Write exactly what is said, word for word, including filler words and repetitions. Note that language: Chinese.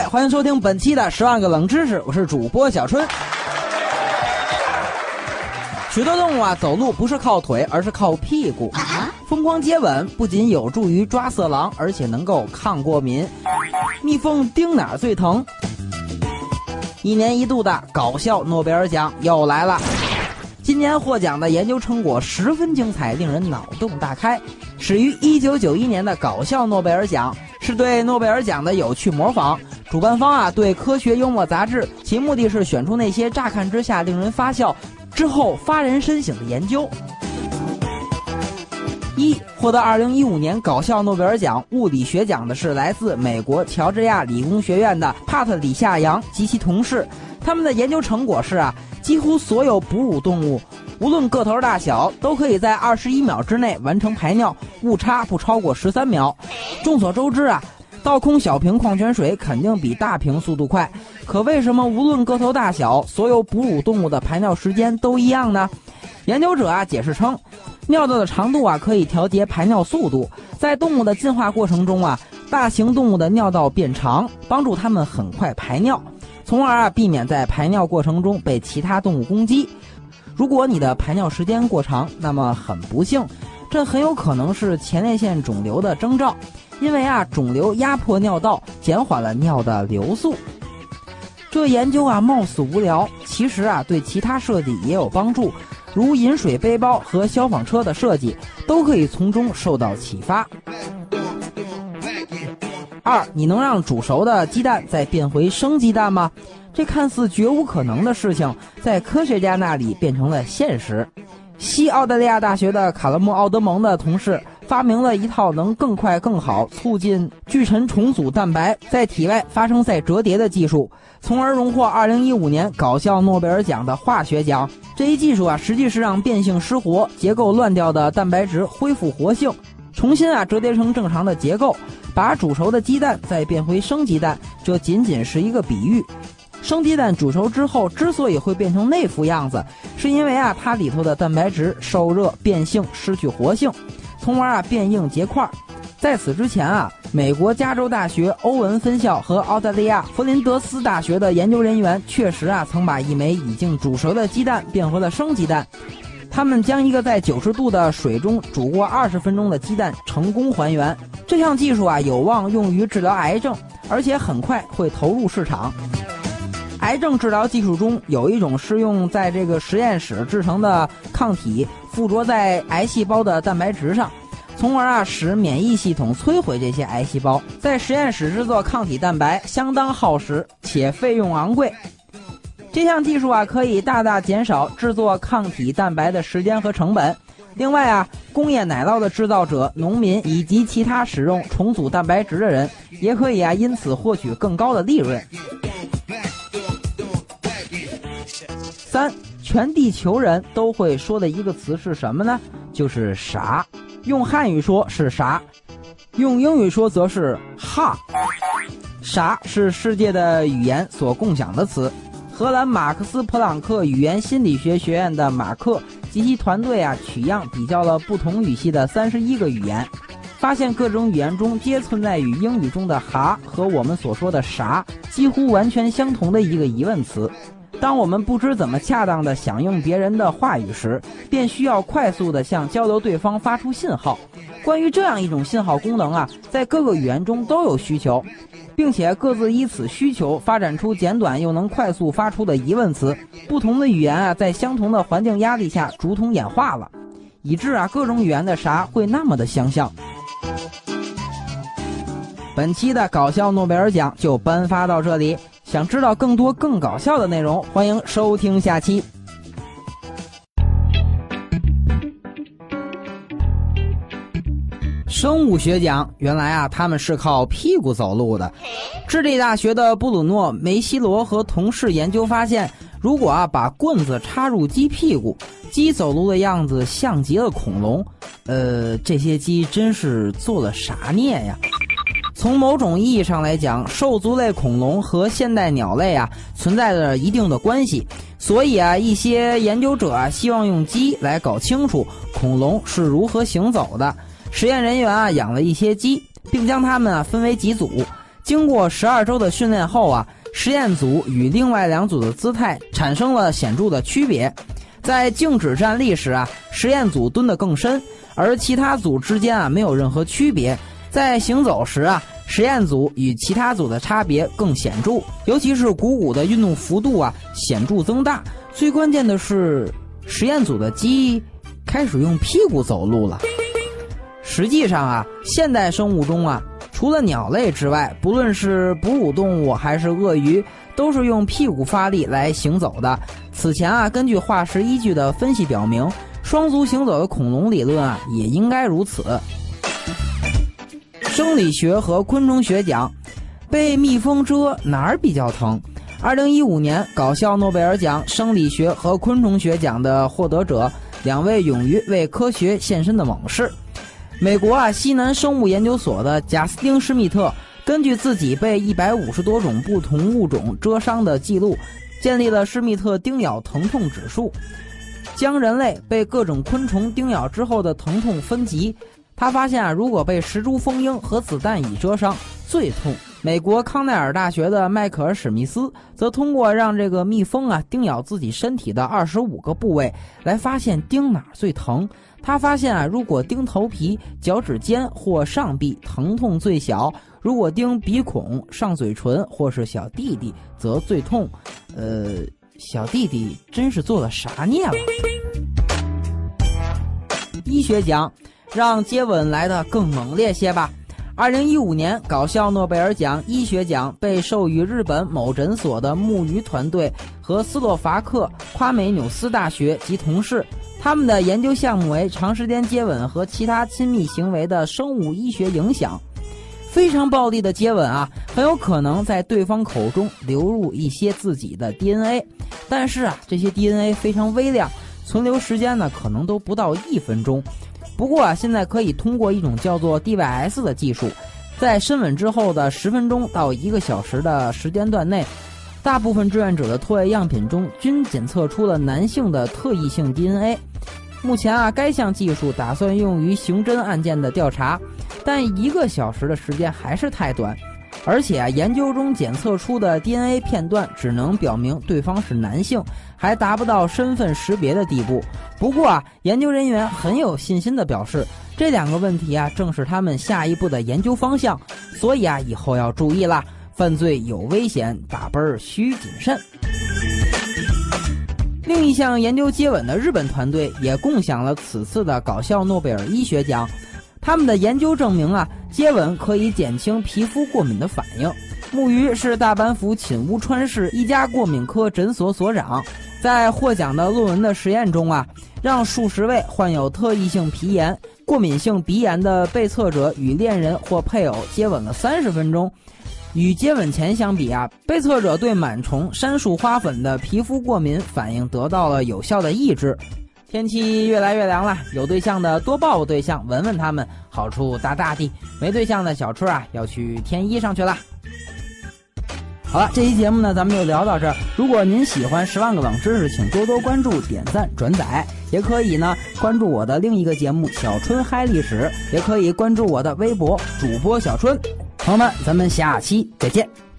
位，欢迎收听本期的十万个冷知识，我是主播小春。许多动物啊，走路不是靠腿，而是靠屁股。疯狂接吻不仅有助于抓色狼，而且能够抗过敏。蜜蜂叮哪儿最疼？一年一度的搞笑诺贝尔奖又来了。今年获奖的研究成果十分精彩，令人脑洞大开。始于一九九一年的搞笑诺贝尔奖是对诺贝尔奖的有趣模仿。主办方啊对科学幽默杂志，其目的是选出那些乍看之下令人发笑，之后发人深省的研究。一、获得二零一五年搞笑诺贝尔奖物理学奖的是来自美国乔治亚理工学院的帕特里夏杨及其同事。他们的研究成果是啊，几乎所有哺乳动物无论个头大小都可以在二十一秒之内完成排尿，误差不超过十三秒。众所周知啊，倒空小瓶矿泉水肯定比大瓶速度快，可为什么无论个头大小，所有哺乳动物的排尿时间都一样呢？研究者啊解释称，尿道的长度啊可以调节排尿速度，在动物的进化过程中啊，大型动物的尿道变长，帮助它们很快排尿，从而啊避免在排尿过程中被其他动物攻击。如果你的排尿时间过长，那么很不幸，这很有可能是前列腺肿瘤的征兆，因为啊肿瘤压迫尿道，减缓了尿的流速。这研究啊貌似无聊，其实啊对其他设计也有帮助，如饮水背包和消防车的设计都可以从中受到启发。二，你能让煮熟的鸡蛋再变回生鸡蛋吗？这看似绝无可能的事情，在科学家那里变成了现实。西澳大利亚大学的卡勒姆·奥德蒙的同事发明了一套能更快更好促进聚尘重组蛋白在体外发生再折叠的技术，从而荣获二零一五年搞笑诺贝尔奖的化学奖。这一技术啊，实际是让变性失活、结构乱掉的蛋白质恢复活性，重新啊折叠成正常的结构，把煮熟的鸡蛋再变回生鸡蛋，这仅仅是一个比喻。生鸡蛋煮熟之后之所以会变成那副样子，是因为啊它里头的蛋白质受热变性失去活性，从而啊变硬结块。在此之前啊，美国加州大学欧文分校和澳大利亚弗林德斯大学的研究人员确实啊曾把一枚已经煮熟的鸡蛋变回了生鸡蛋。他们将一个在九十度的水中煮过二十分钟的鸡蛋成功还原。这项技术啊有望用于治疗癌症，而且很快会投入市场。癌症治疗技术中有一种是用在这个实验室制成的抗体附着在癌细胞的蛋白质上，从而啊使免疫系统摧毁这些癌细胞。在实验室制作抗体蛋白相当耗时且费用昂贵，这项技术啊可以大大减少制作抗体蛋白的时间和成本。另外啊，工业奶酪的制造者、农民以及其他使用重组蛋白质的人也可以啊因此获取更高的利润。三，全地球人都会说的一个词是什么呢？就是啥。用汉语说是啥，用英语说则是哈。啥是世界的语言所共享的词。荷兰马克思普朗克语言心理学学院的马克及其团队啊取样比较了不同语系的三十一个语言，发现各种语言中皆存在于英语中的哈和我们所说的啥几乎完全相同的一个疑问词。当我们不知怎么恰当地响应别人的话语时，便需要快速地向交流对方发出信号。关于这样一种信号功能啊，在各个语言中都有需求，并且各自依此需求发展出简短又能快速发出的疑问词。不同的语言啊，在相同的环境压力下逐同演化了，以致啊各种语言的啥会那么的相像。本期的搞笑诺贝尔奖就颁发到这里。想知道更多更搞笑的内容，欢迎收听下期。生物学奖，原来啊他们是靠屁股走路的。智利大学的布鲁诺·梅西罗和同事研究发现，如果啊把棍子插入鸡屁股，鸡走路的样子像极了恐龙。呃，这些鸡真是做了啥孽呀？从某种意义上来讲，兽足类恐龙和现代鸟类啊存在着一定的关系，所以啊一些研究者啊希望用鸡来搞清楚恐龙是如何行走的。实验人员啊养了一些鸡，并将它们啊分为几组， 经过十二周的训练后啊，实验组与另外两组的姿态产生了显著的区别。在静止站立时啊，实验组蹲得更深，而其他组之间啊没有任何区别。在行走时啊，实验组与其他组的差别更显著，尤其是股骨的运动幅度啊显著增大。最关键的是，实验组的鸡开始用屁股走路了。实际上啊，现代生物中啊，除了鸟类之外，不论是哺乳动物还是鳄鱼，都是用屁股发力来行走的。此前啊，根据化石依据的分析表明，双足行走的恐龙理论啊，也应该如此。生理学和昆虫学奖，被蜜蜂蛰哪儿比较疼？二零一五年搞笑诺贝尔奖生理学和昆虫学奖的获得者，两位勇于为科学献身的猛士。美国啊西南生物研究所的贾斯汀·施密特，根据自己被一百五十多种不同物种蛰伤的记录，建立了施密特叮咬疼痛指数，将人类被各种昆虫叮咬之后的疼痛分级。他发现啊，如果被石蛛、蜂鹰和子弹蚁蛰伤，最痛。美国康奈尔大学的迈克尔·史密斯则通过让这个蜜蜂啊叮咬自己身体的二十五个部位，来发现叮哪儿最疼。他发现啊，如果叮头皮、脚趾尖或上臂，疼痛最小；如果叮鼻孔、上嘴唇或是小弟弟，则最痛。呃，小弟弟真是做了啥孽了？医学奖，让接吻来得更猛烈些吧。二零一五年搞笑诺贝尔奖医学奖被授予日本某诊所的木鱼团队和斯洛伐克夸美纽斯大学及同事，他们的研究项目为长时间接吻和其他亲密行为的生物医学影响。非常暴力的接吻啊，很有可能在对方口中流入一些自己的 D N A， 但是啊，这些 D N A 非常微量，存留时间呢可能都不到一分钟。不过啊，现在可以通过一种叫做 D Y S 的技术，在深吻之后的十分钟到一个小时的时间段内，大部分志愿者的唾液样品中均检测出了男性的特异性 D N A。 目前啊，该项技术打算用于刑侦案件的调查，但一个小时的时间还是太短，而且啊，研究中检测出的 D N A 片段只能表明对方是男性，还达不到身份识别的地步。不过啊，研究人员很有信心地表示，这两个问题啊，正是他们下一步的研究方向，所以啊，以后要注意啦，犯罪有危险，打啵儿需谨慎。另一项研究接吻的日本团队也共享了此次的搞笑诺贝尔医学奖。他们的研究证明啊，接吻可以减轻皮肤过敏的反应。木鱼是大阪府寝屋川市一家过敏科诊所所长，在获奖的论文的实验中啊，让数十位患有特异性皮炎、过敏性鼻炎的被测者与恋人或配偶接吻了三十分钟。与接吻前相比啊，被测者对螨虫、杉树花粉的皮肤过敏反应得到了有效的抑制。天气越来越凉了，有对象的多抱抱对象，闻闻他们，好处大大的。没对象的小春啊，要去添衣裳去了。好了，这期节目呢，咱们就聊到这儿。如果您喜欢十万个冷知识，请多多关注、点赞、转载，也可以呢关注我的另一个节目《小春嗨历史》，也可以关注我的微博主播小春。朋友们，咱们下期再见。